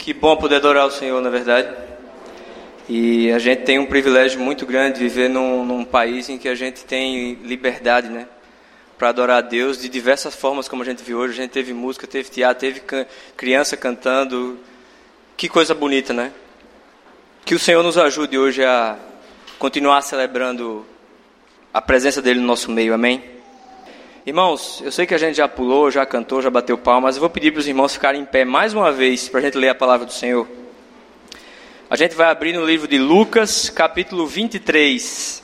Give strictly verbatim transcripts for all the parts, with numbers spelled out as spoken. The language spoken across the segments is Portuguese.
Que bom poder adorar o Senhor, na verdade. E a gente tem um privilégio muito grande de viver num, num país em que a gente tem liberdade, né? Para adorar a Deus de diversas formas, como a gente viu hoje. A gente teve música, teve teatro, teve can- criança cantando. Que coisa bonita, né? Que o Senhor nos ajude hoje a continuar celebrando a presença dEle no nosso meio, amém? Irmãos, eu sei que a gente já pulou, já cantou, já bateu palmas, mas eu vou pedir para os irmãos ficarem em pé mais uma vez para a gente ler a palavra do Senhor. A gente vai abrir no livro de Lucas, capítulo vinte e três.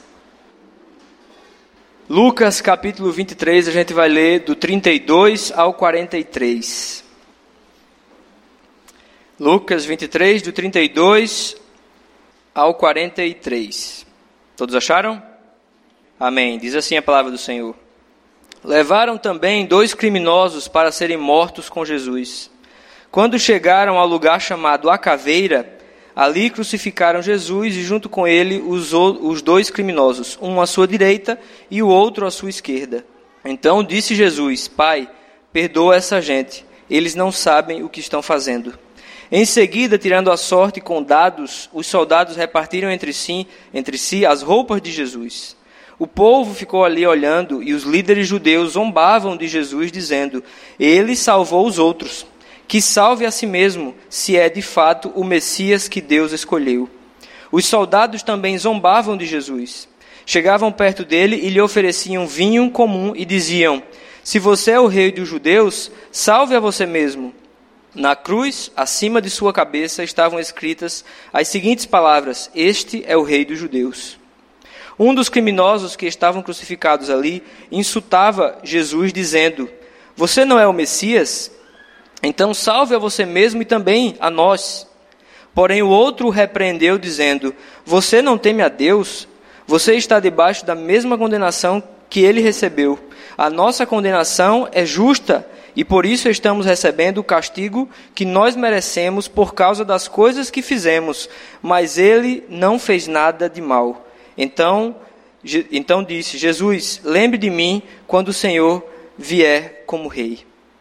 Lucas, capítulo vinte e três, a gente vai ler do trinta e dois ao quarenta e três. Lucas vinte e três, do trinta e dois ao quarenta e três. Todos acharam? Amém. Diz assim a palavra do Senhor. Levaram também dois criminosos para serem mortos com Jesus. Quando chegaram ao lugar chamado A Caveira, ali crucificaram Jesus e junto com ele os, os dois criminosos, um à sua direita e o outro à sua esquerda. Então disse Jesus: Pai, perdoa essa gente, eles não sabem o que estão fazendo. Em seguida, tirando a sorte com dados, os soldados repartiram entre si, entre si as roupas de Jesus. O povo ficou ali olhando e os líderes judeus zombavam de Jesus, dizendo: Ele salvou os outros. Que salve a si mesmo, se é de fato o Messias que Deus escolheu. Os soldados também zombavam de Jesus. Chegavam perto dele e lhe ofereciam vinho comum e diziam: Se você é o rei dos judeus, salve a você mesmo. Na cruz, acima de sua cabeça, estavam escritas as seguintes palavras: Este é o rei dos judeus. Um dos criminosos que estavam crucificados ali insultava Jesus, dizendo: Você não é o Messias? Então salve a você mesmo e também a nós. Porém o outro o repreendeu, dizendo: Você não teme a Deus? Você está debaixo da mesma condenação que ele recebeu. A nossa condenação é justa e por isso estamos recebendo o castigo que nós merecemos por causa das coisas que fizemos, mas ele não fez nada de mal. Então, então disse: Jesus, lembre de mim quando o Senhor vier como rei.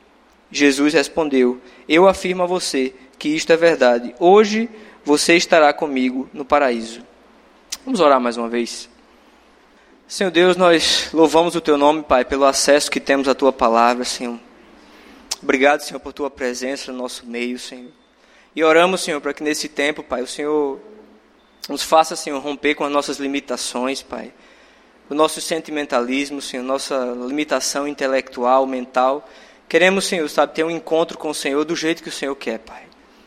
Jesus respondeu: Eu afirmo a você que isto é verdade. Hoje você estará comigo no paraíso. Vamos orar mais uma vez. Senhor Deus, nós louvamos o Teu nome, Pai, pelo acesso que temos à Tua palavra, Senhor. Obrigado, Senhor, por Tua presença no nosso meio, Senhor. E oramos, Senhor, para que nesse tempo, Pai, o Senhor nos faça, Senhor, romper com as nossas limitações, Pai. O nosso sentimentalismo, Senhor, nossa limitação intelectual, mental. Queremos, Senhor, sabe, ter um encontro com o Senhor do jeito que o Senhor quer, Pai.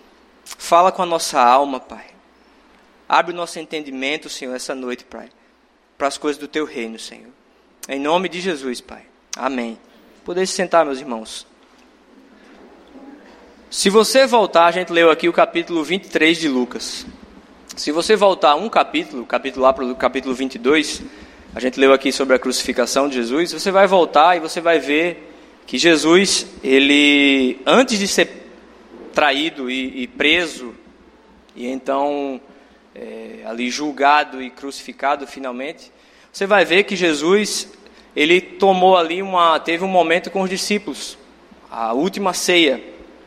Fala com a nossa alma, Pai. Abre o nosso entendimento, Senhor, essa noite, Pai, para as coisas do Teu reino, Senhor. Em nome de Jesus, Pai. Amém. Podeis se sentar, meus irmãos. Se você voltar, a gente leu aqui o capítulo vinte e três de Lucas. Se você voltar um capítulo, capítulo lá para o capítulo vinte e dois, a gente leu aqui sobre a crucificação de Jesus, você vai voltar e você vai ver que Jesus, ele, antes de ser traído e, e preso, e então é, ali julgado e crucificado finalmente, você vai ver que Jesus, ele tomou ali uma, teve um momento com os discípulos, a última ceia.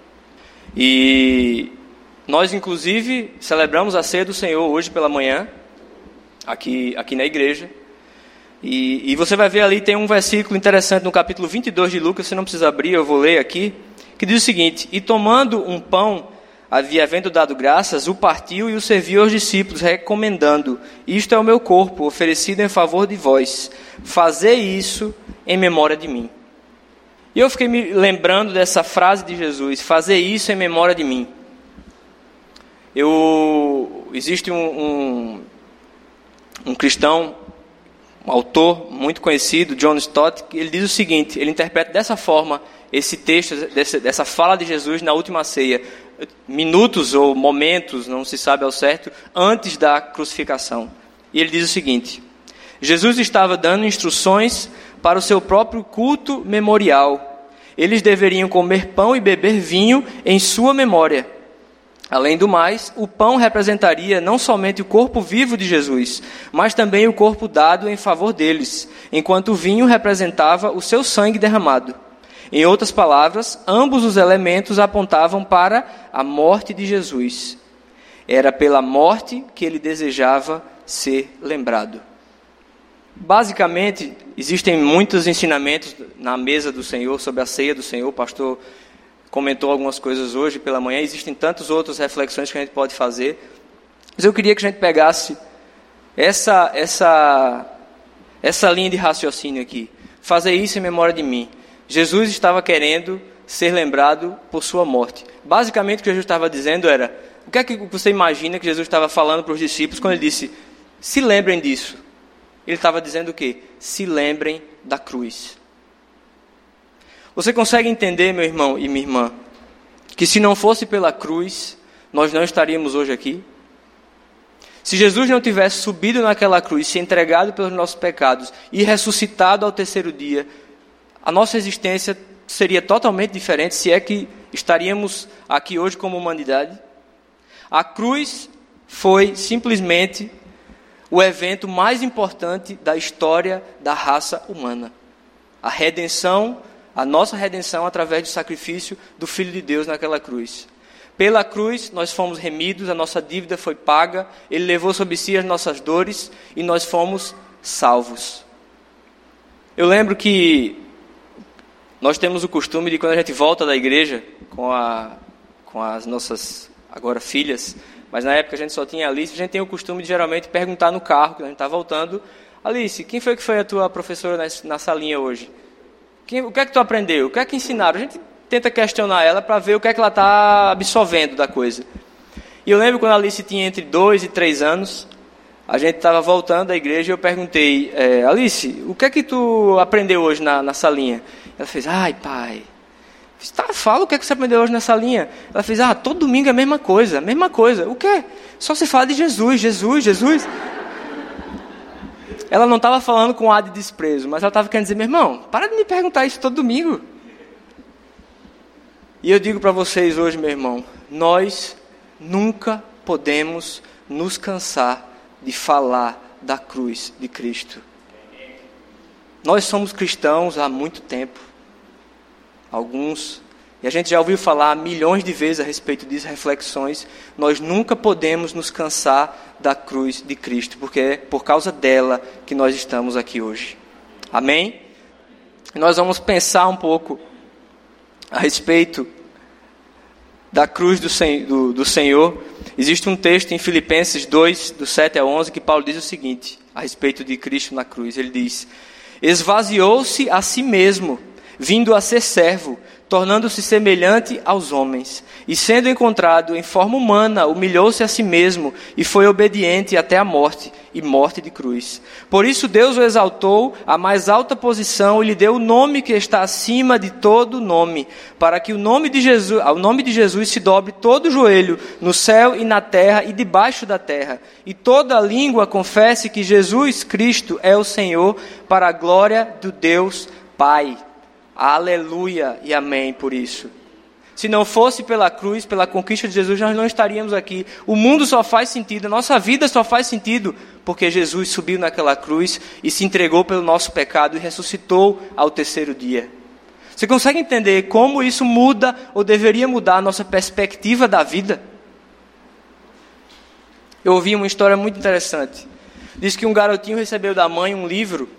E nós, inclusive, celebramos a ceia do Senhor hoje pela manhã, aqui, aqui na igreja. E, e você vai ver ali, tem um versículo interessante no capítulo vinte e dois de Lucas, você não precisa abrir, eu vou ler aqui, que diz o seguinte: E tomando um pão, havia havendo dado graças, o partiu e o serviu aos discípulos, recomendando: Isto é o meu corpo, oferecido em favor de vós. Fazei isso em memória de mim. E eu fiquei me lembrando dessa frase de Jesus: Fazei isso em memória de mim. Eu, existe um, um, um cristão, um autor muito conhecido, John Stott, que ele diz o seguinte, ele interpreta dessa forma esse texto, dessa, dessa fala de Jesus na última ceia, minutos ou momentos, não se sabe ao certo, antes da crucificação. E ele diz o seguinte: Jesus estava dando instruções para o seu próprio culto memorial. Eles deveriam comer pão e beber vinho em sua memória. Além do mais, o pão representaria não somente o corpo vivo de Jesus, mas também o corpo dado em favor deles, enquanto o vinho representava o seu sangue derramado. Em outras palavras, ambos os elementos apontavam para a morte de Jesus. Era pela morte que ele desejava ser lembrado. Basicamente, existem muitos ensinamentos na mesa do Senhor, sobre a ceia do Senhor. O pastor comentou algumas coisas hoje pela manhã. Existem tantas outras reflexões que a gente pode fazer. Mas eu queria que a gente pegasse essa, essa, essa linha de raciocínio aqui. Fazer isso em memória de mim. Jesus estava querendo ser lembrado por sua morte. Basicamente, o que Jesus estava dizendo era... O que é que você imagina que Jesus estava falando para os discípulos quando ele disse, se lembrem disso? Ele estava dizendo o quê? Se lembrem da cruz. Você consegue entender, meu irmão e minha irmã, que se não fosse pela cruz, nós não estaríamos hoje aqui? Se Jesus não tivesse subido naquela cruz, se entregado pelos nossos pecados e ressuscitado ao terceiro dia, a nossa existência seria totalmente diferente, se é que estaríamos aqui hoje como humanidade. A cruz foi simplesmente o evento mais importante da história da raça humana. A redenção, a nossa redenção através do sacrifício do Filho de Deus naquela cruz. Pela cruz nós fomos remidos, a nossa dívida foi paga, Ele levou sobre si as nossas dores e nós fomos salvos. Eu lembro que nós temos o costume de, quando a gente volta da igreja com, a, com as nossas... agora filhas, mas na época a gente só tinha a Alice, a gente tem o costume de geralmente perguntar no carro, quando a gente está voltando, Alice, quem foi que foi a tua professora na, na salinha hoje? Quem, o que é que tu aprendeu? O que é que ensinaram? A gente tenta questionar ela para ver o que é que ela está absorvendo da coisa. E eu lembro quando a Alice tinha entre dois e três anos, a gente estava voltando da igreja e eu perguntei, é, Alice, o que é que tu aprendeu hoje na, na salinha? Ela fez, ai pai... Tá, fala o que, é que você aprendeu hoje nessa linha. Ela fez, ah, todo domingo é a mesma coisa, a mesma coisa. O quê? Só se fala de Jesus, Jesus, Jesus. Ela não estava falando com ar de desprezo, mas ela estava querendo dizer, meu irmão, para de me perguntar isso todo domingo. E eu digo para vocês hoje, meu irmão, nós nunca podemos nos cansar de falar da cruz de Cristo. Nós somos cristãos há muito tempo. Alguns, e a gente já ouviu falar milhões de vezes a respeito disso, reflexões, nós nunca podemos nos cansar da cruz de Cristo, porque é por causa dela que nós estamos aqui hoje. Amém? E nós vamos pensar um pouco a respeito da cruz do, do, do Senhor. Existe um texto em Filipenses dois, do sete a onze, que Paulo diz o seguinte, a respeito de Cristo na cruz. Ele diz, esvaziou-se a si mesmo, vindo a ser servo, tornando-se semelhante aos homens. E sendo encontrado em forma humana, humilhou-se a si mesmo e foi obediente até a morte, e morte de cruz. Por isso Deus o exaltou à mais alta posição e lhe deu o nome que está acima de todo nome, para que o nome de Jesus, ao nome de Jesus se dobre todo o joelho, no céu e na terra e debaixo da terra, e toda língua confesse que Jesus Cristo é o Senhor, para a glória do Deus Pai. Aleluia e amém por isso. Se não fosse pela cruz, pela conquista de Jesus, nós não estaríamos aqui. O mundo só faz sentido, a nossa vida só faz sentido porque Jesus subiu naquela cruz e se entregou pelo nosso pecado e ressuscitou ao terceiro dia. Você consegue entender como isso muda ou deveria mudar a nossa perspectiva da vida? Eu ouvi uma história muito interessante. Diz que um garotinho recebeu da mãe um livro,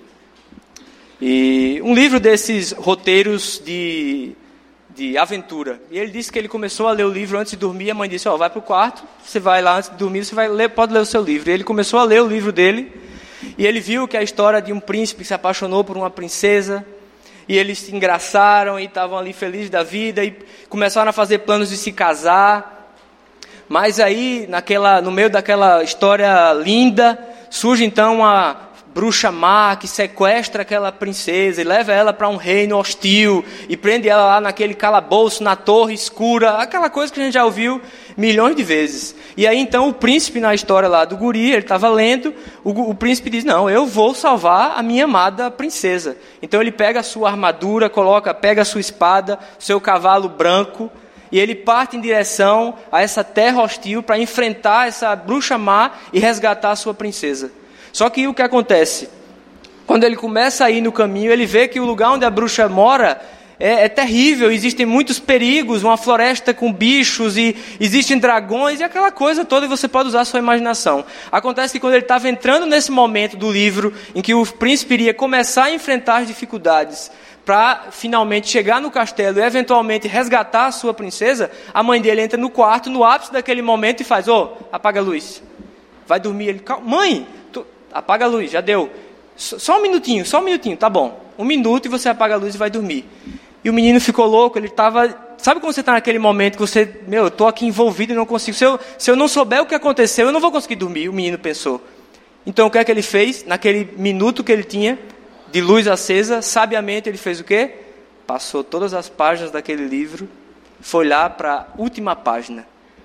e um livro desses roteiros de, de aventura. E ele disse que ele começou a ler o livro antes de dormir. E a mãe disse, ó, oh, vai para o quarto, você vai lá antes de dormir, você vai ler, pode ler o seu livro. E ele começou a ler o livro dele. E ele viu que é a história de um príncipe que se apaixonou por uma princesa. E eles se engraçaram e estavam ali felizes da vida. E começaram a fazer planos de se casar. Mas aí, naquela, no meio daquela história linda, surge então uma bruxa má que sequestra aquela princesa e leva ela para um reino hostil e prende ela lá naquele calabouço, na torre escura, aquela coisa que a gente já ouviu milhões de vezes. E aí então o príncipe, na história lá do guri, ele estava lendo, o, o príncipe diz, não, eu vou salvar a minha amada princesa. Então ele pega a sua armadura, coloca, pega a sua espada, o seu cavalo branco, e ele parte em direção a essa terra hostil para enfrentar essa bruxa má e resgatar a sua princesa. Só que o que acontece? Quando ele começa a ir no caminho, ele vê que o lugar onde a bruxa mora é, é terrível, existem muitos perigos, uma floresta com bichos, e existem dragões, e aquela coisa toda, e você pode usar a sua imaginação. Acontece que quando ele estava entrando nesse momento do livro, em que o príncipe iria começar a enfrentar as dificuldades, para finalmente chegar no castelo e eventualmente resgatar a sua princesa, a mãe dele entra no quarto, no ápice daquele momento, e faz, ô, oh, apaga a luz, vai dormir. Ele, mãe, tu... apaga a luz, já deu. Só um minutinho, só um minutinho, tá bom. Um minuto e você apaga a luz e vai dormir. E o menino ficou louco, ele estava... Sabe quando você está naquele momento que você... Meu, eu estou aqui envolvido e não consigo... Se eu, se eu não souber o que aconteceu, eu não vou conseguir dormir, o menino pensou. Então, o que é que ele fez? Naquele minuto que ele tinha, de luz acesa, sabiamente ele fez o quê? Passou todas as páginas daquele livro, foi lá para a última página.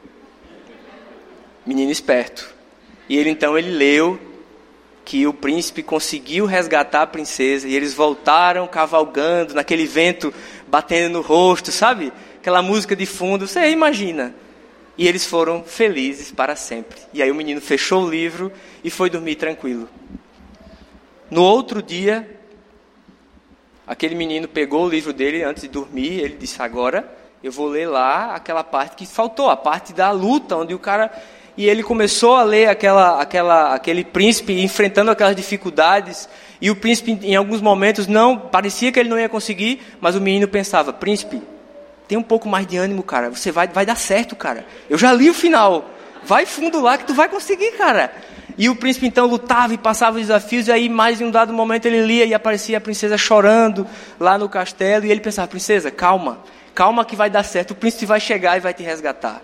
Menino esperto. E ele, então, ele leu que o príncipe conseguiu resgatar a princesa, e eles voltaram cavalgando, naquele vento batendo no rosto, sabe? Aquela música de fundo, você imagina. E eles foram felizes para sempre. E aí o menino fechou o livro e foi dormir tranquilo. No outro dia, aquele menino pegou o livro dele antes de dormir, ele disse, agora eu vou ler lá aquela parte que faltou, a parte da luta, onde o cara... E ele começou a ler aquela, aquela, aquele príncipe enfrentando aquelas dificuldades. E o príncipe, em alguns momentos, não parecia que ele não ia conseguir, mas o menino pensava, príncipe, tem um pouco mais de ânimo, cara. Você vai, vai dar certo, cara. Eu já li o final. Vai fundo lá que tu vai conseguir, cara. E o príncipe, então, lutava e passava os desafios. E aí, mais em um dado momento, ele lia e aparecia a princesa chorando lá no castelo. E ele pensava, princesa, calma. Calma que vai dar certo. O príncipe vai chegar e vai te resgatar.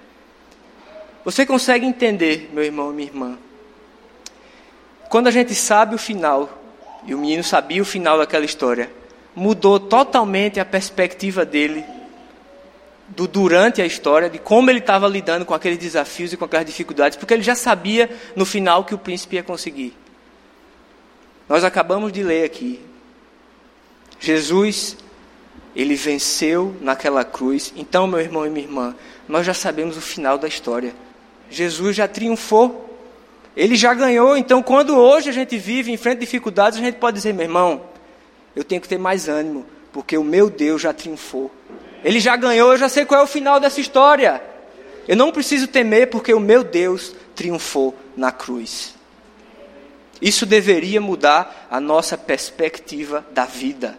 Você consegue entender, meu irmão e minha irmã? Quando a gente sabe o final, e o menino sabia o final daquela história, mudou totalmente a perspectiva dele, do durante a história, de como ele estava lidando com aqueles desafios e com aquelas dificuldades, porque ele já sabia no final que o príncipe ia conseguir. Nós acabamos de ler aqui, Jesus, ele venceu naquela cruz. Então, meu irmão e minha irmã, nós já sabemos o final da história. Jesus já triunfou, ele já ganhou. Então, quando hoje a gente vive em frente a dificuldades, a gente pode dizer, meu irmão, eu tenho que ter mais ânimo, porque o meu Deus já triunfou. Ele já ganhou, eu já sei qual é o final dessa história. Eu não preciso temer, porque o meu Deus triunfou na cruz. Isso deveria mudar a nossa perspectiva da vida.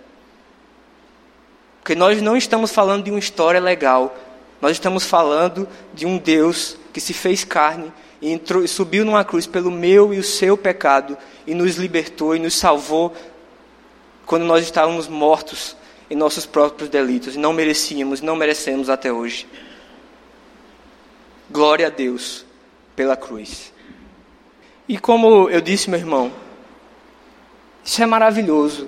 Porque nós não estamos falando de uma história legal. Nós estamos falando de um Deus que se fez carne e entrou, subiu numa cruz pelo meu e o seu pecado e nos libertou e nos salvou quando nós estávamos mortos em nossos próprios delitos e não merecíamos, não merecemos até hoje. Glória a Deus pela cruz. E como eu disse, meu irmão, isso é maravilhoso.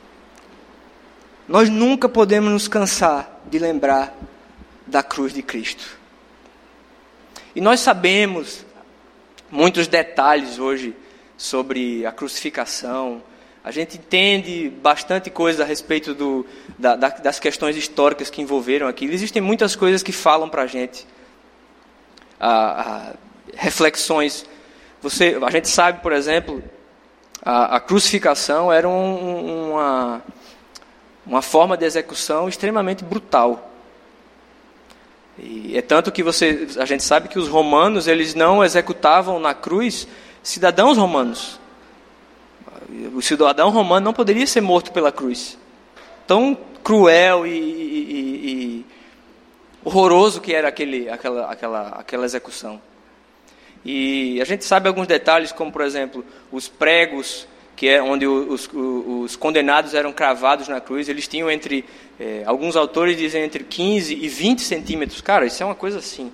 Nós nunca podemos nos cansar de lembrar da cruz de Cristo. E nós sabemos muitos detalhes hoje sobre a crucificação. A gente entende bastante coisa a respeito do, da, da, das questões históricas que envolveram aquilo. Existem muitas coisas que falam para a gente. Ah, ah, reflexões. Você, a gente sabe, por exemplo, a, a crucificação era um, uma, uma forma de execução extremamente brutal. E é tanto que você, a gente sabe que os romanos, eles não executavam na cruz cidadãos romanos. O cidadão romano não poderia ser morto pela cruz. Tão cruel e, e, e horroroso que era aquele, aquela, aquela, aquela execução. E a gente sabe alguns detalhes, como, por exemplo, os pregos, que é onde os, os, os condenados eram cravados na cruz, eles tinham entre, é, alguns autores dizem entre quinze e vinte centímetros. Cara, isso é uma coisa assim.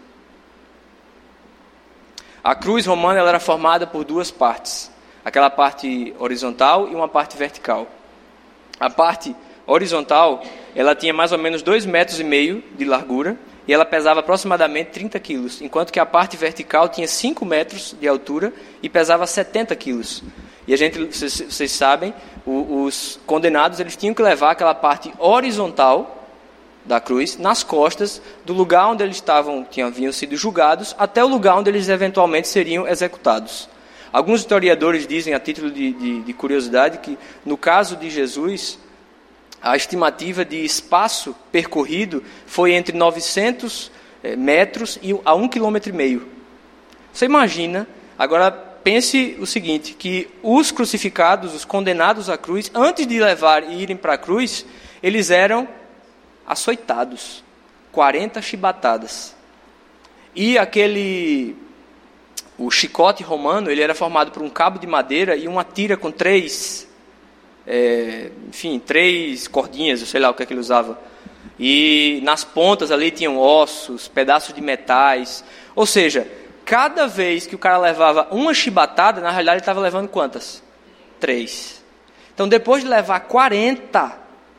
A cruz romana ela era formada por duas partes. Aquela parte horizontal e uma parte vertical. A parte horizontal, ela tinha mais ou menos dois metros e meio de largura e ela pesava aproximadamente trinta quilos, enquanto que a parte vertical tinha cinco metros de altura e pesava setenta quilos. E a gente, vocês, vocês sabem, os condenados eles tinham que levar aquela parte horizontal da cruz nas costas do lugar onde eles estavam, tinham, haviam sido julgados, até o lugar onde eles eventualmente seriam executados. Alguns historiadores dizem, a título de, de, de curiosidade, que no caso de Jesus, a estimativa de espaço percorrido foi entre novecentos metros e a um quilômetro e meio. Você imagina, agora pense o seguinte, que os crucificados, os condenados à cruz, antes de levar e irem para a cruz, eles eram açoitados, quarenta chibatadas. E aquele, o chicote romano, ele era formado por um cabo de madeira e uma tira com três, é, enfim, três cordinhas, eu sei lá o que é que ele usava. E nas pontas ali tinham ossos, pedaços de metais. Ou seja, cada vez que o cara levava uma chibatada, na realidade ele estava levando quantas? Três. Então, depois de levar quarenta,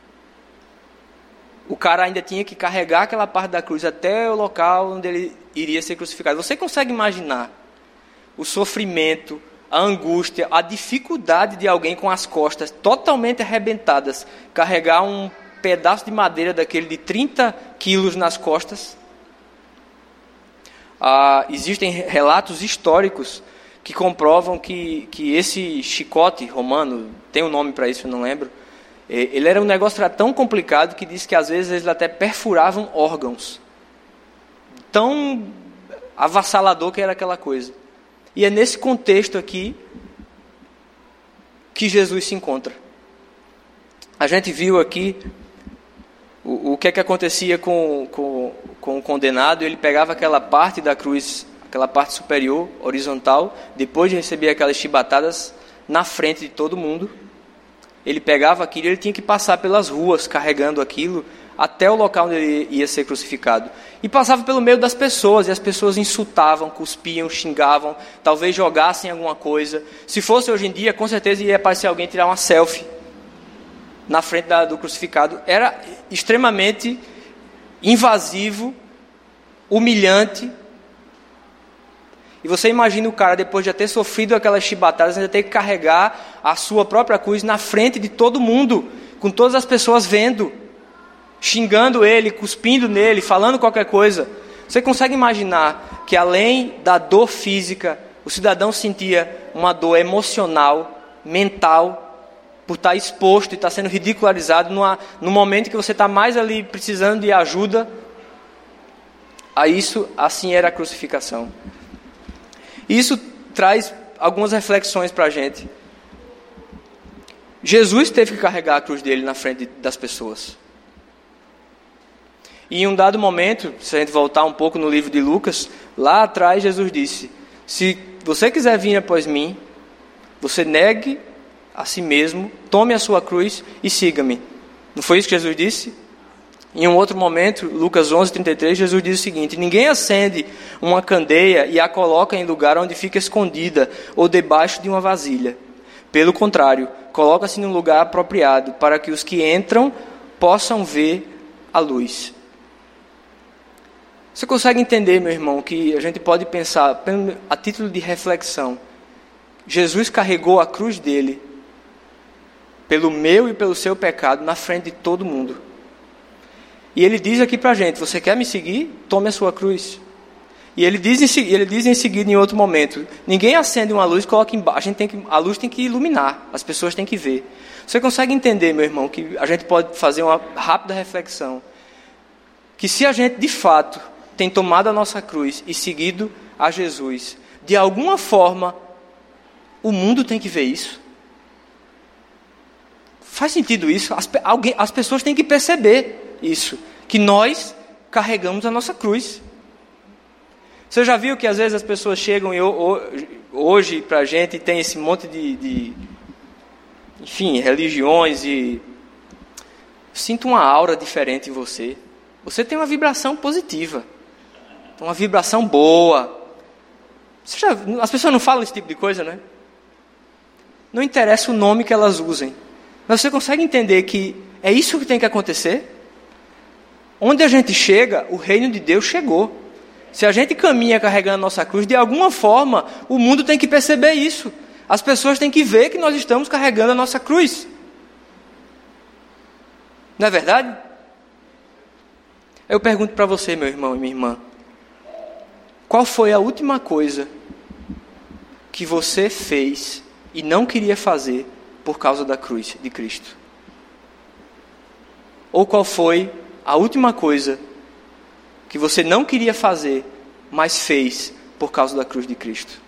o cara ainda tinha que carregar aquela parte da cruz até o local onde ele iria ser crucificado. Você consegue imaginar o sofrimento, a angústia, a dificuldade de alguém com as costas totalmente arrebentadas carregar um pedaço de madeira daquele de trinta quilos nas costas? Ah, existem relatos históricos que comprovam que, que esse chicote romano, tem um nome para isso, eu não lembro, ele era um negócio era tão complicado que diz que às vezes eles até perfuravam órgãos. Tão avassalador que era aquela coisa. E é nesse contexto aqui que Jesus se encontra. A gente viu aqui o, o que é que acontecia com, com, com o condenado. Ele pegava aquela parte da cruz, aquela parte superior, horizontal, depois de receber aquelas chibatadas na frente de todo mundo. Ele pegava aquilo e ele tinha que passar pelas ruas carregando aquilo até o local onde ele ia ser crucificado. E passava pelo meio das pessoas, e as pessoas insultavam, cuspiam, xingavam, talvez jogassem alguma coisa. Se fosse hoje em dia, com certeza ia aparecer alguém tirar uma selfie na frente da, do crucificado. Era extremamente invasivo, humilhante. E você imagina o cara, depois de ter sofrido aquelas chibatadas, ainda ter que carregar a sua própria cruz na frente de todo mundo, com todas as pessoas vendo, xingando ele, cuspindo nele, falando qualquer coisa. Você consegue imaginar que, além da dor física, o cidadão sentia uma dor emocional, mental, por estar exposto e estar sendo ridicularizado numa, no momento que você está mais ali precisando de ajuda? A isso, assim era a crucificação. Isso traz algumas reflexões para a gente. Jesus teve que carregar a cruz dele na frente das pessoas. E em um dado momento, se a gente voltar um pouco no livro de Lucas, lá atrás Jesus disse: se você quiser vir após mim, você negue a si mesmo, tome a sua cruz e siga-me. Não foi isso que Jesus disse? Em um outro momento, Lucas onze, trinta e três, Jesus diz o seguinte: ninguém acende uma candeia e a coloca em lugar onde fica escondida ou debaixo de uma vasilha. Pelo contrário, coloca-se num lugar apropriado para que os que entram possam ver a luz. Você consegue entender, meu irmão, que a gente pode pensar, a título de reflexão, Jesus carregou a cruz dele pelo meu e pelo seu pecado na frente de todo mundo. E ele diz aqui para a gente: você quer me seguir? Tome a sua cruz. E ele diz, em, ele diz em seguida, em outro momento: ninguém acende uma luz e coloca embaixo. A, gente tem que, a luz tem que iluminar, as pessoas têm que ver. Você consegue entender, meu irmão, que a gente pode fazer uma rápida reflexão, que se a gente de fato tem tomado a nossa cruz e seguido a Jesus, de alguma forma o mundo tem que ver isso? Faz sentido isso? As, alguém, as pessoas têm que perceber isso, que nós carregamos a nossa cruz. Você já viu que às vezes as pessoas chegam e hoje para a gente tem esse monte de, de enfim, religiões, e sinto uma aura diferente em você. Você tem uma vibração positiva, uma vibração boa. Você já, as pessoas não falam esse tipo de coisa, né? Não interessa o nome que elas usem, mas você consegue entender que é isso que tem que acontecer? Onde a gente chega, o reino de Deus chegou. Se a gente caminha carregando a nossa cruz, de alguma forma, o mundo tem que perceber isso. As pessoas têm que ver que nós estamos carregando a nossa cruz. Não é verdade? Eu pergunto para você, meu irmão e minha irmã, qual foi a última coisa que você fez e não queria fazer por causa da cruz de Cristo? Ou qual foi a última coisa que você não queria fazer, mas fez por causa da cruz de Cristo?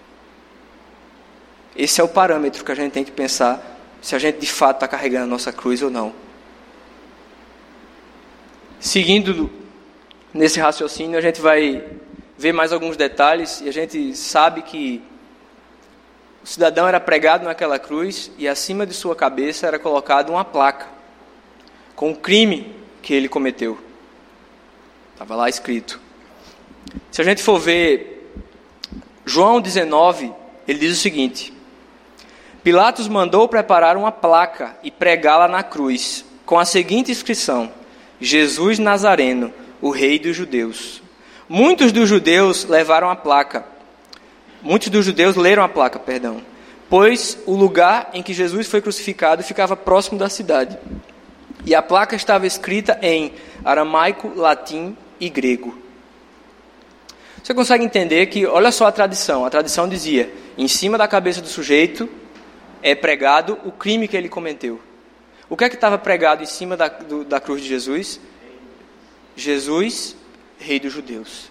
Esse é o parâmetro que a gente tem que pensar se a gente de fato está carregando a nossa cruz ou não. Seguindo nesse raciocínio, a gente vai ver mais alguns detalhes, e a gente sabe que o cidadão era pregado naquela cruz e acima de sua cabeça era colocada uma placa com o crime que ele cometeu. Estava lá escrito. Se a gente for ver João dezenove, ele diz o seguinte: Pilatos mandou preparar uma placa e pregá-la na cruz, com a seguinte inscrição: Jesus Nazareno, o rei dos judeus. Muitos dos judeus levaram a placa. Muitos dos judeus leram a placa, perdão, pois o lugar em que Jesus foi crucificado ficava próximo da cidade. E a placa estava escrita em aramaico, latim e grego. Você consegue entender que, olha só a tradição. A tradição dizia, em cima da cabeça do sujeito é pregado o crime que ele cometeu. O que é que estava pregado em cima da, do, da cruz de Jesus? Jesus, rei dos judeus.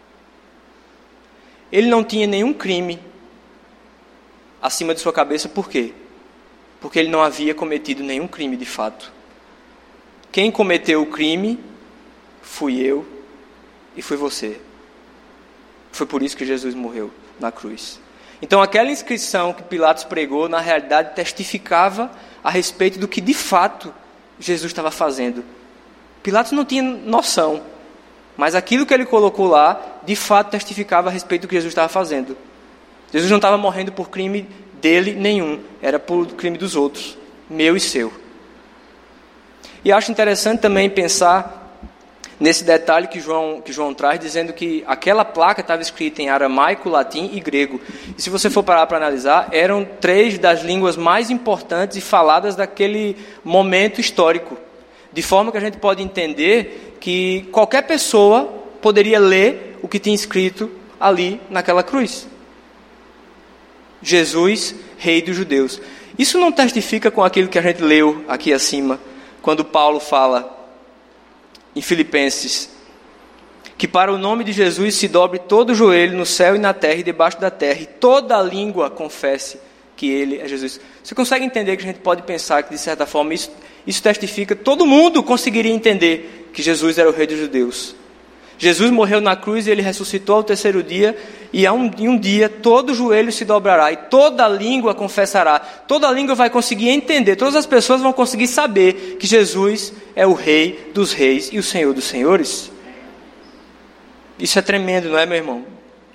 Ele não tinha nenhum crime acima de sua cabeça, por quê? Porque ele não havia cometido nenhum crime de fato. Quem cometeu o crime fui eu e foi você. Foi por isso que Jesus morreu na cruz. Então aquela inscrição que Pilatos pregou, na realidade testificava a respeito do que de fato Jesus estava fazendo. Pilatos não tinha noção, mas aquilo que ele colocou lá, de fato testificava a respeito do que Jesus estava fazendo. Jesus não estava morrendo por crime dele nenhum, era por crime dos outros, meu e seu. E acho interessante também pensar nesse detalhe que João, que João traz, dizendo que aquela placa estava escrita em aramaico, latim e grego. E se você for parar para analisar, eram três das línguas mais importantes e faladas daquele momento histórico. De forma que a gente pode entender que qualquer pessoa poderia ler o que tinha escrito ali naquela cruz. Jesus, rei dos judeus. Isso não testifica com aquilo que a gente leu aqui acima, quando Paulo fala em Filipenses, que para o nome de Jesus se dobre todo o joelho no céu e na terra e debaixo da terra, e toda a língua confesse que ele é Jesus. Você consegue entender que a gente pode pensar que, de certa forma, isso, isso testifica, todo mundo conseguiria entender que Jesus era o rei dos judeus. Jesus morreu na cruz e ele ressuscitou ao terceiro dia, e um, em um dia todo joelho se dobrará e toda língua confessará. Toda língua vai conseguir entender, todas as pessoas vão conseguir saber que Jesus é o rei dos reis e o senhor dos senhores. Isso é tremendo, não é, meu irmão?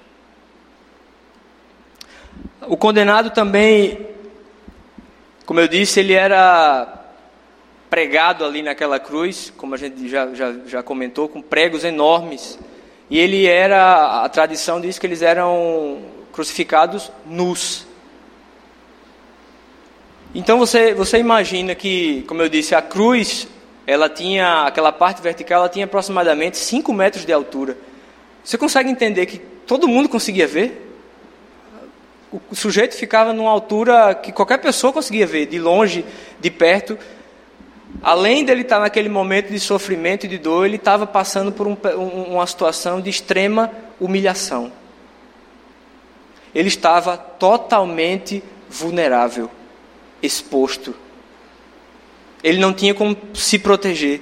O condenado também, como eu disse, ele era pregado ali naquela cruz, como a gente já, já, já comentou, com pregos enormes. E ele era, a tradição diz que eles eram crucificados nus. Então você, você imagina que, como eu disse, a cruz, ela tinha, aquela parte vertical, ela tinha aproximadamente cinco metros de altura. Você consegue entender que todo mundo conseguia ver? O sujeito ficava numa altura que qualquer pessoa conseguia ver, de longe, de perto. Além dele estar naquele momento de sofrimento e de dor, ele estava passando por um, uma situação de extrema humilhação. Ele estava totalmente vulnerável, exposto. Ele não tinha como se proteger.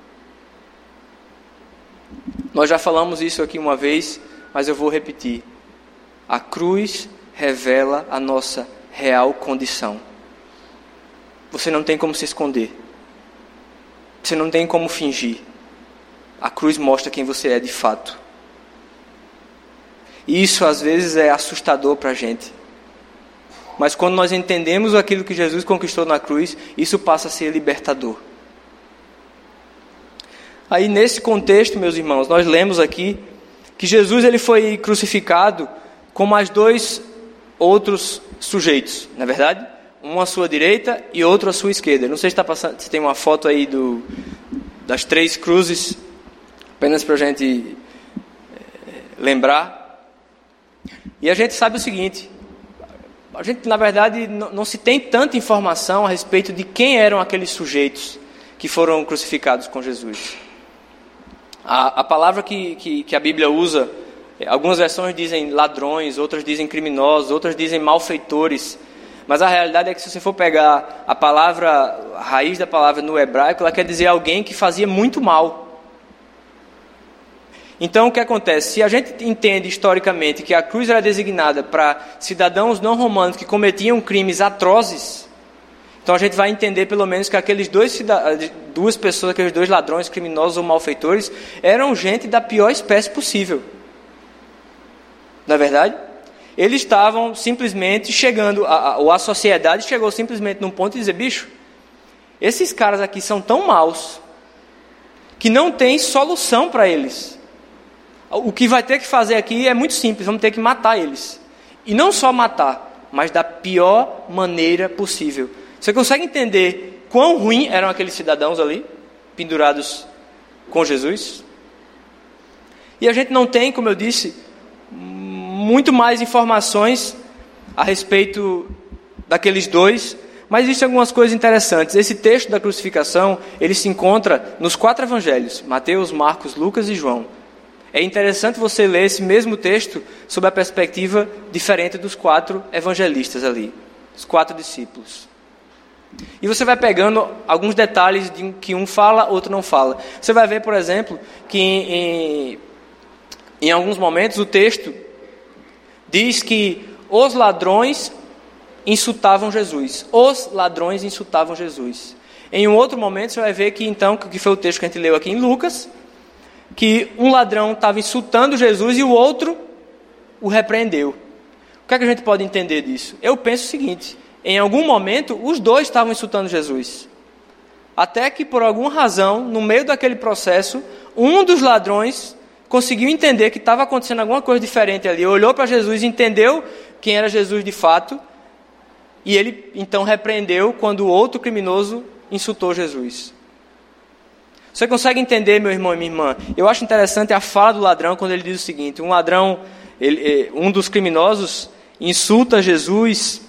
Nós já falamos isso aqui uma vez, mas eu vou repetir. A cruz revela a nossa real condição. Você não tem como se esconder. Você não tem como fingir. A cruz mostra quem você é de fato. E isso às vezes é assustador para a gente. Mas quando nós entendemos aquilo que Jesus conquistou na cruz, isso passa a ser libertador. Aí nesse contexto, meus irmãos, nós lemos aqui que Jesus ele foi crucificado com mais dois outros sujeitos, não é verdade? Um à sua direita e outro à sua esquerda. Não sei se, tá passando, se tem uma foto aí do, das três cruzes, apenas para a gente é, lembrar. E a gente sabe o seguinte, a gente na verdade não, não se tem tanta informação a respeito de quem eram aqueles sujeitos que foram crucificados com Jesus. A, a palavra que, que, que a Bíblia usa, algumas versões dizem ladrões, outras dizem criminosos, outras dizem malfeitores. Mas a realidade é que se você for pegar a palavra, a raiz da palavra no hebraico, ela quer dizer alguém que fazia muito mal. Então o que acontece? Se a gente entende historicamente que a cruz era designada para cidadãos não romanos que cometiam crimes atrozes, então a gente vai entender pelo menos que aqueles dois cidad- duas pessoas, aqueles dois ladrões, criminosos ou malfeitores, eram gente da pior espécie possível. Não é verdade? Eles estavam simplesmente chegando, a, a, ou a sociedade chegou simplesmente num ponto de dizer, bicho, esses caras aqui são tão maus que não tem solução para eles. O que vai ter que fazer aqui é muito simples, vamos ter que matar eles. E não só matar, mas da pior maneira possível. Você consegue entender quão ruim eram aqueles cidadãos ali, pendurados com Jesus? E a gente não tem, como eu disse, muito mais informações a respeito daqueles dois, mas existem algumas coisas interessantes. Esse texto da crucificação, ele se encontra nos quatro evangelhos, Mateus, Marcos, Lucas e João. É interessante você ler esse mesmo texto sob a perspectiva diferente dos quatro evangelistas ali, os quatro discípulos. E você vai pegando alguns detalhes de que um fala, outro não fala. Você vai ver, por exemplo, que em, em, em alguns momentos o texto diz que os ladrões insultavam Jesus. Os ladrões insultavam Jesus. Em um outro momento você vai ver que então, que foi o texto que a gente leu aqui em Lucas, que um ladrão estava insultando Jesus e o outro o repreendeu. O que é que a gente pode entender disso? Eu penso o seguinte, em algum momento os dois estavam insultando Jesus. Até que por alguma razão, no meio daquele processo, um dos ladrões conseguiu entender que estava acontecendo alguma coisa diferente ali, olhou para Jesus, entendeu quem era Jesus de fato, e ele então repreendeu quando o outro criminoso insultou Jesus. Você consegue entender, meu irmão e minha irmã? Eu acho interessante a fala do ladrão quando ele diz o seguinte, um ladrão, ele, um dos criminosos insulta Jesus.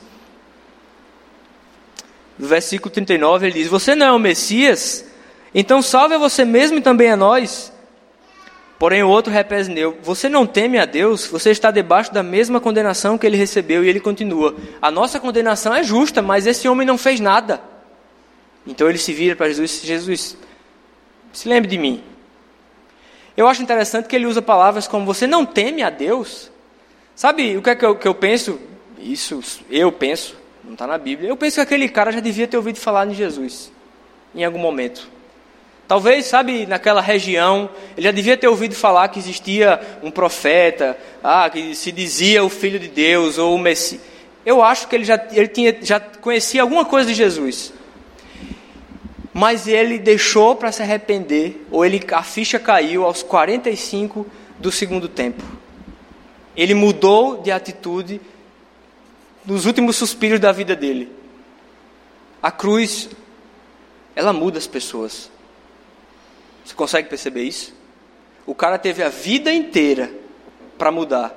No versículo trinta e nove ele diz, você não é o Messias? Então salve a você mesmo e também a nós. Porém o outro repreendeu, você não teme a Deus? Você está debaixo da mesma condenação que ele recebeu. E ele continua, a nossa condenação é justa, mas esse homem não fez nada. Então ele se vira para Jesus e diz, Jesus, se lembre de mim. Eu acho interessante que ele usa palavras como, você não teme a Deus? Sabe o que é que eu, que eu penso? Isso eu penso, não está na Bíblia. Eu penso que aquele cara já devia ter ouvido falar de Jesus, em algum momento. Talvez, sabe, naquela região, ele já devia ter ouvido falar que existia um profeta, ah, que se dizia o Filho de Deus, ou o Messias. Eu acho que ele, já, ele tinha, já conhecia alguma coisa de Jesus. Mas ele deixou para se arrepender, ou ele, a ficha caiu aos quarenta e cinco do segundo tempo. Ele mudou de atitude nos últimos suspiros da vida dele. A cruz, ela muda as pessoas. Você consegue perceber isso? O cara teve a vida inteira para mudar.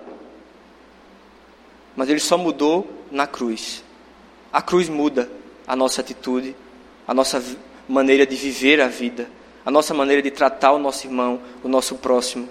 Mas ele só mudou na cruz. A cruz muda a nossa atitude, a nossa maneira de viver a vida, a nossa maneira de tratar o nosso irmão, o nosso próximo.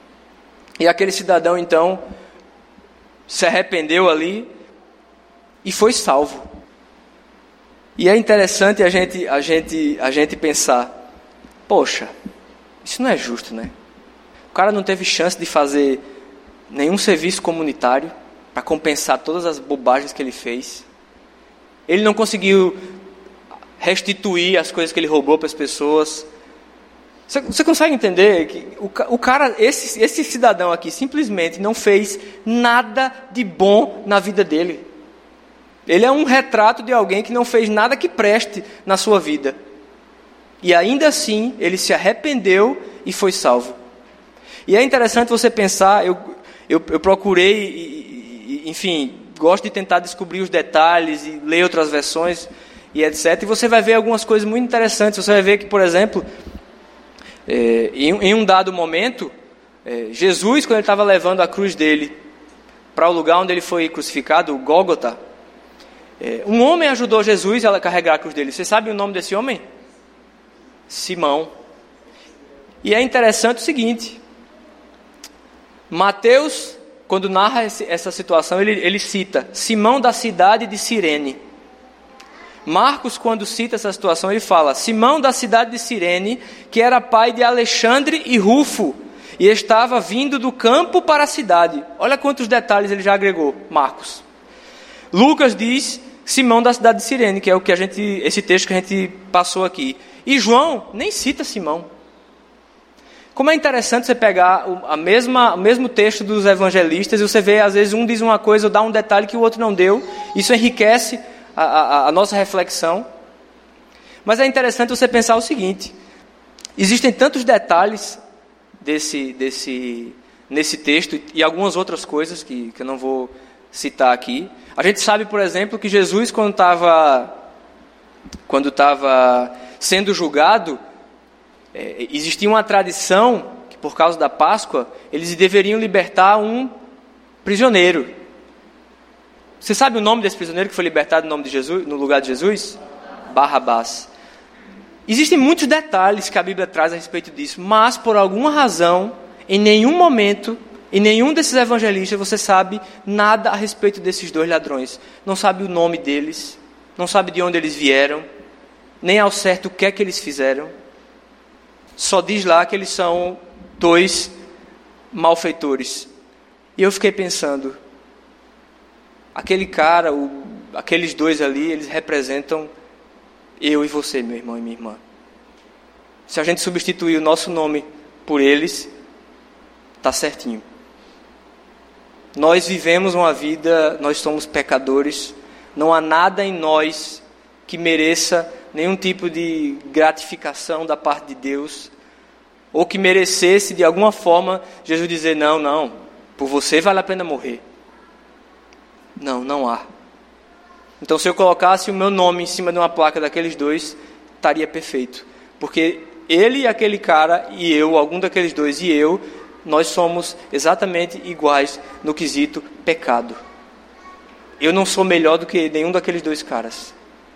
E aquele cidadão, então, se arrependeu ali e foi salvo. E é interessante a gente, a gente, a gente pensar, poxa, isso não é justo, né? O cara não teve chance de fazer nenhum serviço comunitário para compensar todas as bobagens que ele fez. Ele não conseguiu restituir as coisas que ele roubou para as pessoas. Você, você consegue entender que o, o cara, esse, esse cidadão aqui, simplesmente não fez nada de bom na vida dele. Ele é um retrato de alguém que não fez nada que preste na sua vida. E ainda assim, ele se arrependeu e foi salvo. E é interessante você pensar, eu, eu, eu procurei, e, e, enfim, gosto de tentar descobrir os detalhes e ler outras versões e etcétera. E você vai ver algumas coisas muito interessantes. Você vai ver que, por exemplo, é, em, em um dado momento, é, Jesus, quando ele estava levando a cruz dele para o lugar onde ele foi crucificado, o Gólgota, é, um homem ajudou Jesus a carregar a cruz dele. Você sabe o nome desse homem? Simão. E é interessante o seguinte, Mateus, quando narra esse, essa situação, ele, ele cita Simão da cidade de Cirene. Marcos, quando cita essa situação, ele fala Simão da cidade de Cirene, que era pai de Alexandre e Rufo, e estava vindo do campo para a cidade. Olha quantos detalhes ele já agregou, Marcos. Lucas diz Simão da cidade de Cirene, que é o que a gente, esse texto que a gente passou aqui. E João nem cita Simão. Como é interessante você pegar a mesma, o mesmo texto dos evangelistas e você vê, às vezes, um diz uma coisa ou dá um detalhe que o outro não deu. Isso enriquece a, a, a nossa reflexão. Mas é interessante você pensar o seguinte, existem tantos detalhes desse, desse, nesse texto e algumas outras coisas que, que eu não vou citar aqui. A gente sabe, por exemplo, que Jesus, quando estava quando estava sendo julgado, é, existia uma tradição que, por causa da Páscoa, eles deveriam libertar um prisioneiro. Você sabe o nome desse prisioneiro que foi libertado no nome de Jesus, no lugar de Jesus? Barrabás. Existem muitos detalhes que a Bíblia traz a respeito disso, mas, por alguma razão, em nenhum momento, em nenhum desses evangelistas, você sabe nada a respeito desses dois ladrões. Não sabe o nome deles, não sabe de onde eles vieram, nem ao certo o que é que eles fizeram. Só diz lá que eles são dois malfeitores. E eu fiquei pensando, aquele cara, o, aqueles dois ali, eles representam eu e você, meu irmão e minha irmã. Se a gente substituir o nosso nome por eles, está certinho. Nós vivemos uma vida, nós somos pecadores, não há nada em nós que mereça nenhum tipo de gratificação da parte de Deus, ou que merecesse de alguma forma Jesus dizer, não, não, por você vale a pena morrer. Não, não há. Então, se eu colocasse o meu nome em cima de uma placa daqueles dois, estaria perfeito. Porque ele e aquele cara, e eu, algum daqueles dois e eu, nós somos exatamente iguais no quesito pecado. Eu não sou melhor do que nenhum daqueles dois caras.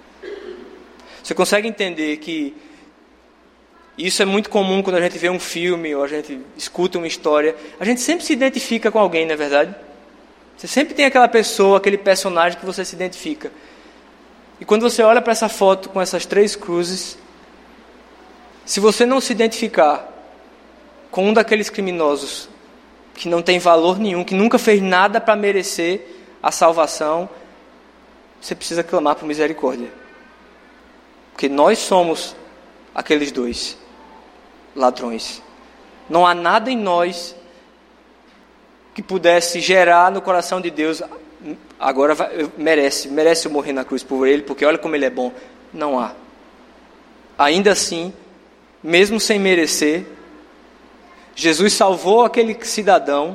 Você consegue entender que isso é muito comum quando a gente vê um filme ou a gente escuta uma história. A gente sempre se identifica com alguém, não é verdade? Você sempre tem aquela pessoa, aquele personagem que você se identifica. E quando você olha para essa foto com essas três cruzes, se você não se identificar com um daqueles criminosos que não tem valor nenhum, que nunca fez nada para merecer a salvação, você precisa clamar por misericórdia. Porque nós somos aqueles dois ladrões. Não há nada em nós que pudesse gerar no coração de Deus, agora vai, merece, merece eu morrer na cruz por ele, porque olha como ele é bom. Não há. Ainda assim, mesmo sem merecer, Jesus salvou aquele cidadão,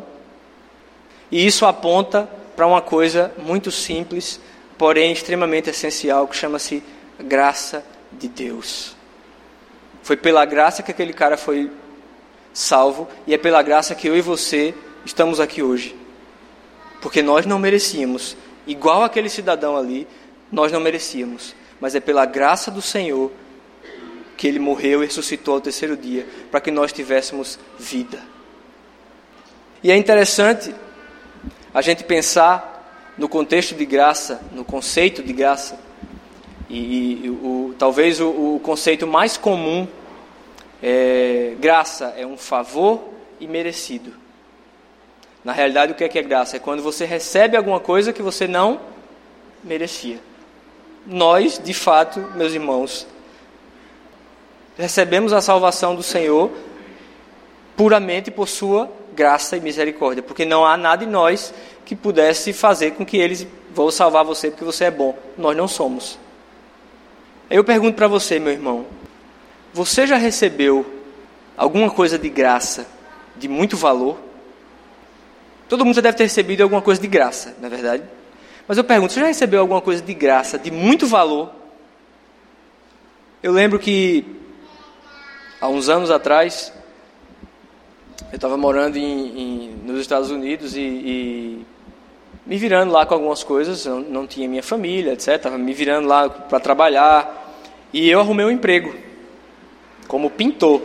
e isso aponta para uma coisa muito simples, porém extremamente essencial, que chama-se graça de Deus. Foi pela graça que aquele cara foi salvo, e é pela graça que eu e você estamos aqui hoje. Porque nós não merecíamos, igual aquele cidadão ali, nós não merecíamos, mas é pela graça do Senhor que Ele morreu e ressuscitou ao terceiro dia, para que nós tivéssemos vida. E é interessante a gente pensar no contexto de graça, no conceito de graça, e, e o, talvez o, o conceito mais comum é, graça é um favor imerecido. Na realidade, o que é que é graça? É quando você recebe alguma coisa que você não merecia. Nós, de fato, meus irmãos, recebemos a salvação do Senhor puramente por sua graça e misericórdia, porque não há nada em nós que pudesse fazer com que eles vão salvar você porque você é bom. Nós não somos. Eu pergunto para você, meu irmão, você já recebeu alguma coisa de graça, de muito valor? Todo mundo já deve ter recebido alguma coisa de graça, não é verdade? Mas eu pergunto, você já recebeu alguma coisa de graça, de muito valor? Eu lembro que há uns anos atrás, eu estava morando em, em, nos Estados Unidos e, e me virando lá com algumas coisas, não, não tinha minha família, etcétera. Estava me virando lá para trabalhar e eu arrumei um emprego. como pintor.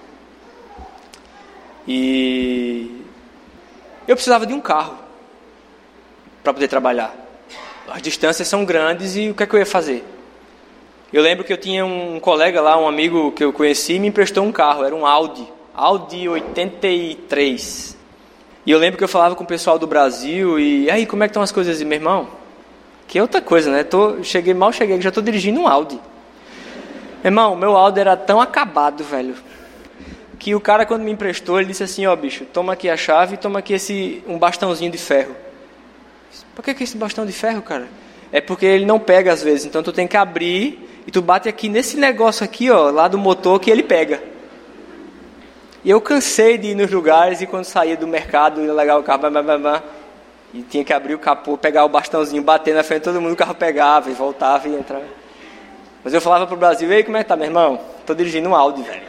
E eu precisava de um carro para poder trabalhar. As distâncias são grandes e o que é que eu ia fazer? Eu lembro que eu tinha um colega lá, um amigo que eu conheci, e me emprestou um carro, era um Audi, Audi oitenta e três. E eu lembro que eu falava com o pessoal do Brasil e, aí, como é que estão as coisas? E, meu irmão, que é outra coisa, né? Tô, cheguei, mal cheguei, já estou dirigindo um Audi. Irmão, meu Audi era tão acabado, velho, que o cara, quando me emprestou, ele disse assim, ó, bicho, toma aqui a chave e toma aqui esse, um bastãozinho de ferro. Por que que esse bastão de ferro, cara? É porque ele não pega às vezes, então tu tem que abrir e tu bate aqui nesse negócio aqui, ó, lá do motor, que ele pega. E eu cansei de ir nos lugares e quando saía do mercado, ia largar o carro, blá, blá, blá, blá, e tinha que abrir o capô, pegar o bastãozinho, bater na frente de todo mundo, o carro pegava e voltava e entrava. Mas eu falava pro Brasil, ei, como é que tá, meu irmão? Tô dirigindo um Audi, velho.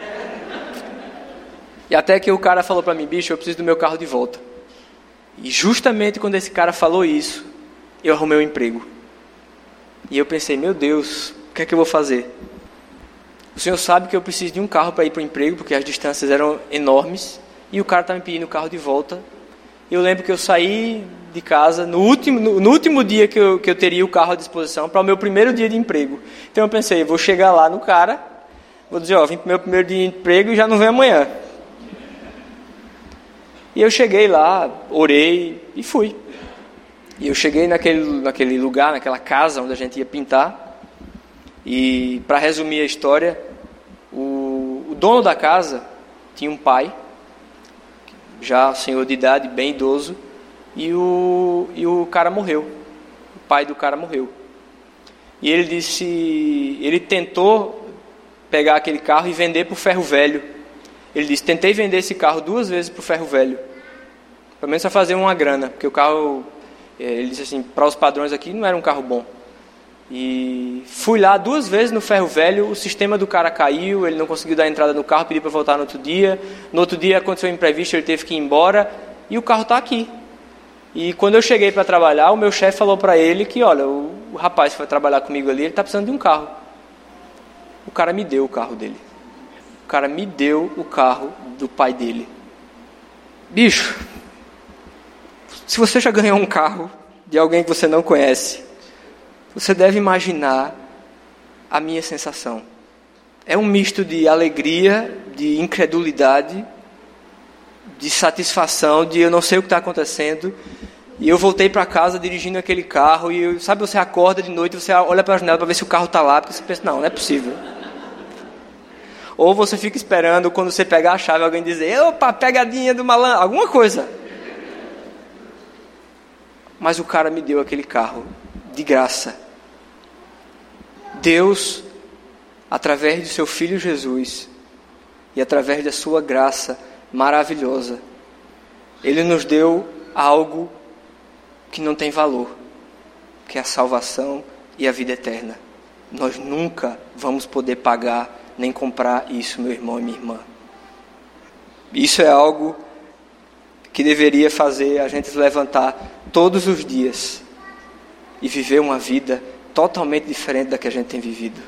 E até que o cara falou pra mim, bicho, eu preciso do meu carro de volta. E justamente quando esse cara falou isso, eu arrumei um emprego. E eu pensei, meu Deus, o que é que eu vou fazer? O senhor sabe que eu preciso de um carro para ir para o emprego, porque as distâncias eram enormes, e o cara está me pedindo o carro de volta. Eu lembro que eu saí de casa no último, no, no último dia que eu, que eu teria o carro à disposição, para o meu primeiro dia de emprego. Então eu pensei, vou chegar lá no cara, vou dizer, ó, vim para o meu primeiro dia de emprego e já não vem amanhã. E eu cheguei lá, orei e fui. E eu cheguei naquele, naquele lugar, naquela casa onde a gente ia pintar. E, para resumir a história, o, o dono da casa tinha um pai, já senhor de idade, bem idoso, e o, e o cara morreu. O pai do cara morreu. E ele disse, ele tentou pegar aquele carro e vender para o ferro velho. Ele disse, tentei vender esse carro duas vezes para o ferro velho. Pelo menos para fazer uma grana, porque o carro, ele disse assim, para os padrões aqui não era um carro bom. E fui lá duas vezes no ferro velho, o sistema do cara caiu, ele não conseguiu dar entrada no carro, pedi para voltar no outro dia. No outro dia aconteceu um imprevisto, ele teve que ir embora e o carro está aqui. E quando eu cheguei para trabalhar, o meu chefe falou para ele que, olha, o, o rapaz que vai trabalhar comigo ali, ele está precisando de um carro. O cara me deu o carro dele. O cara me deu o carro do pai dele. Bicho, se você já ganhou um carro de alguém que você não conhece, você deve imaginar a minha sensação. É um misto de alegria, de incredulidade, de satisfação, de eu não sei o que está acontecendo. E eu voltei para casa dirigindo aquele carro e, eu, sabe, você acorda de noite, você olha para a janela para ver se o carro está lá, porque você pensa, não, não é possível. Ou você fica esperando, quando você pegar a chave, alguém dizer, opa, pegadinha do malandro, alguma coisa. Mas o cara me deu aquele carro de graça. Deus, através de seu Filho Jesus e através da sua graça maravilhosa, Ele nos deu algo que não tem valor, que é a salvação e a vida eterna. Nós nunca vamos poder pagar nem comprar isso, meu irmão e minha irmã. Isso é algo que deveria fazer a gente se levantar todos os dias e viver uma vida totalmente diferente da que a gente tem vivido.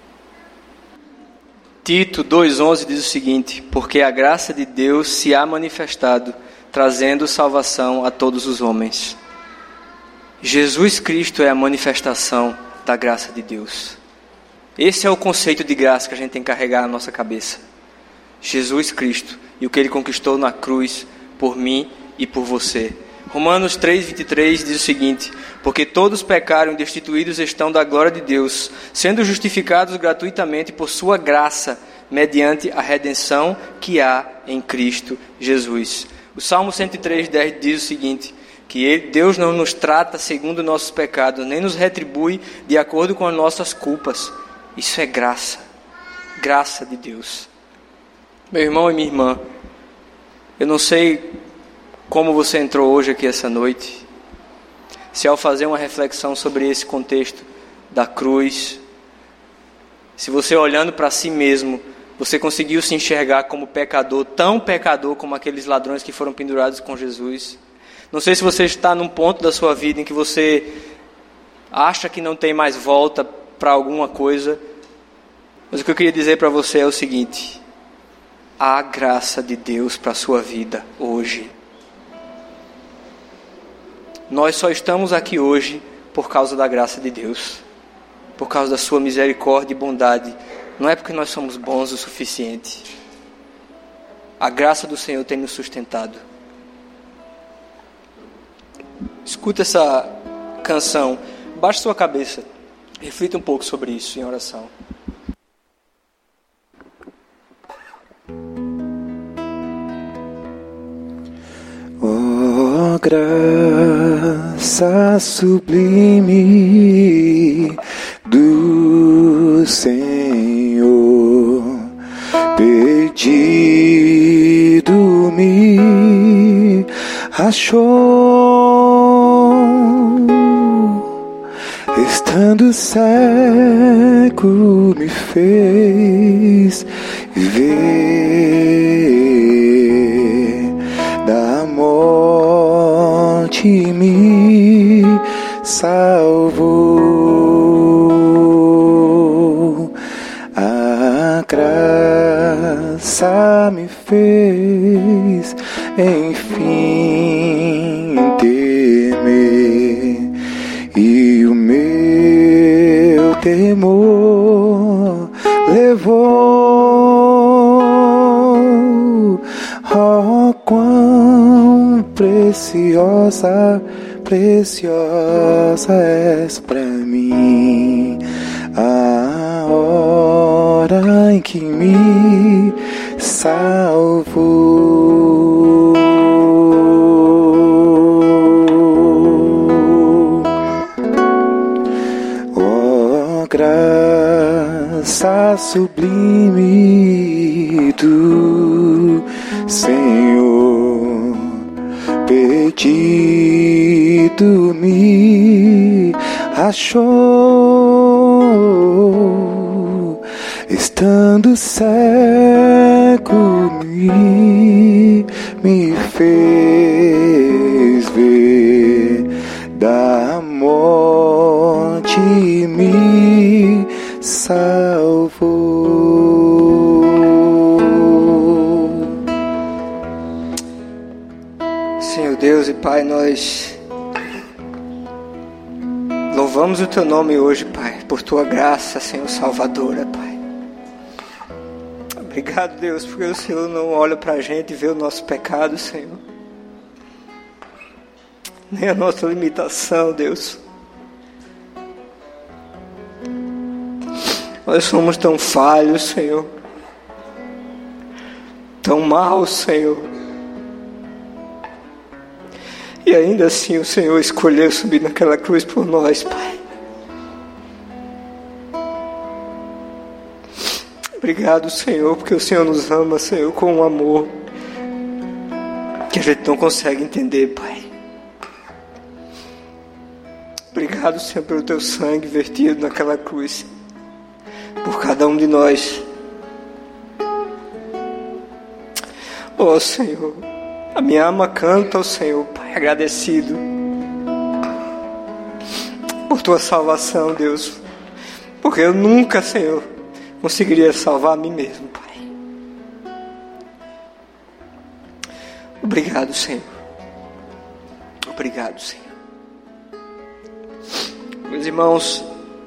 Tito dois onze diz o seguinte, porque a graça de Deus se há manifestado, trazendo salvação a todos os homens. Jesus Cristo é a manifestação da graça de Deus. Esse é o conceito de graça que a gente tem que carregar na nossa cabeça. Jesus Cristo e o que Ele conquistou na cruz por mim e por você. Romanos três, vinte e três diz o seguinte, porque todos pecaram e destituídos estão da glória de Deus, sendo justificados gratuitamente por sua graça, mediante a redenção que há em Cristo Jesus. O Salmo cento e três, dez diz o seguinte, que ele, Deus não nos trata segundo nossos pecados, nem nos retribui de acordo com as nossas culpas. Isso é graça, graça de Deus. Meu irmão e minha irmã, eu não sei como você entrou hoje aqui essa noite, se ao fazer uma reflexão sobre esse contexto da cruz, se você olhando para si mesmo, você conseguiu se enxergar como pecador, tão pecador como aqueles ladrões que foram pendurados com Jesus. Não sei se você está num ponto da sua vida em que você acha que não tem mais volta para alguma coisa, Mas o que eu queria dizer para você é o seguinte: há graça de Deus para a sua vida hoje. Nós só estamos aqui hoje por causa da graça de Deus, por causa da sua misericórdia e bondade. Não é porque nós somos bons o suficiente. A graça do Senhor tem nos sustentado. Escuta essa canção, baixe sua cabeça, reflita um pouco sobre isso em oração. Oh, graça sublime do Senhor, perdido me achou, estando cego me fez ver, da morte me salvou. A graça me fez enfim temer, e o meu temor levou. Oh, quão preciosa, preciosa és pra mim, a hora em que me salvou. Oh, graça sublime do Senhor, perdido me achou, estando cego me, me fez ver, da morte me salvou. Senhor Deus e Pai, nós louvamos o Teu nome hoje, Pai, por Tua graça, Senhor, salvadora, Pai. Obrigado, Deus, porque o Senhor não olha para a gente e vê o nosso pecado, Senhor, nem a nossa limitação, Deus. Nós somos tão falhos, Senhor, tão maus, Senhor, e ainda assim o Senhor escolheu subir naquela cruz por nós, Pai. Obrigado, Senhor, porque o Senhor nos ama, Senhor, com um amor que a gente não consegue entender, Pai. Obrigado, Senhor, pelo Teu sangue vertido naquela cruz por cada um de nós. Oh, Senhor, a minha alma canta ao Senhor, Pai, agradecido por Tua salvação, Deus, porque eu nunca, Senhor, conseguiria salvar a mim mesmo, Pai. Obrigado, Senhor. Obrigado, Senhor. Meus irmãos,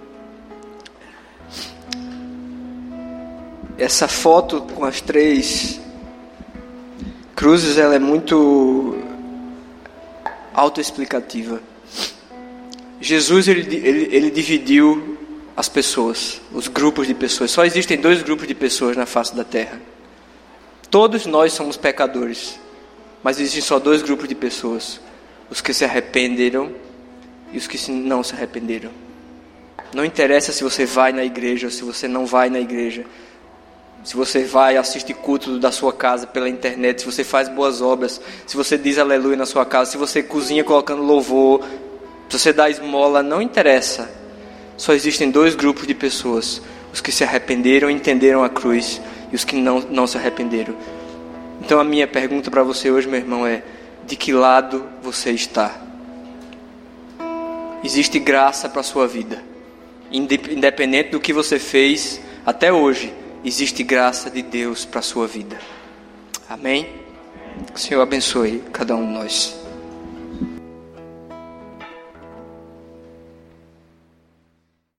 essa foto com as três cruzes, ela é muito autoexplicativa. Jesus, ele, ele, ele dividiu as pessoas, os grupos de pessoas. Só existem dois grupos de pessoas na face da terra. Todos nós somos pecadores, mas existem só dois grupos de pessoas: os que se arrependeram e os que não se arrependeram. Não interessa se você vai na igreja ou se você não vai na igreja, se você vai assistir culto da sua casa pela internet, se você faz boas obras, se você diz aleluia na sua casa, se você cozinha colocando louvor, se você dá esmola, não interessa. Só existem dois grupos de pessoas: os que se arrependeram e entenderam a cruz, e os que não, não se arrependeram. Então a minha pergunta para você hoje, meu irmão, é: de que lado você está? Existe graça para a sua vida, independente do que você fez até hoje existe graça de Deus para a sua vida. Amém? Que o Senhor abençoe cada um de nós.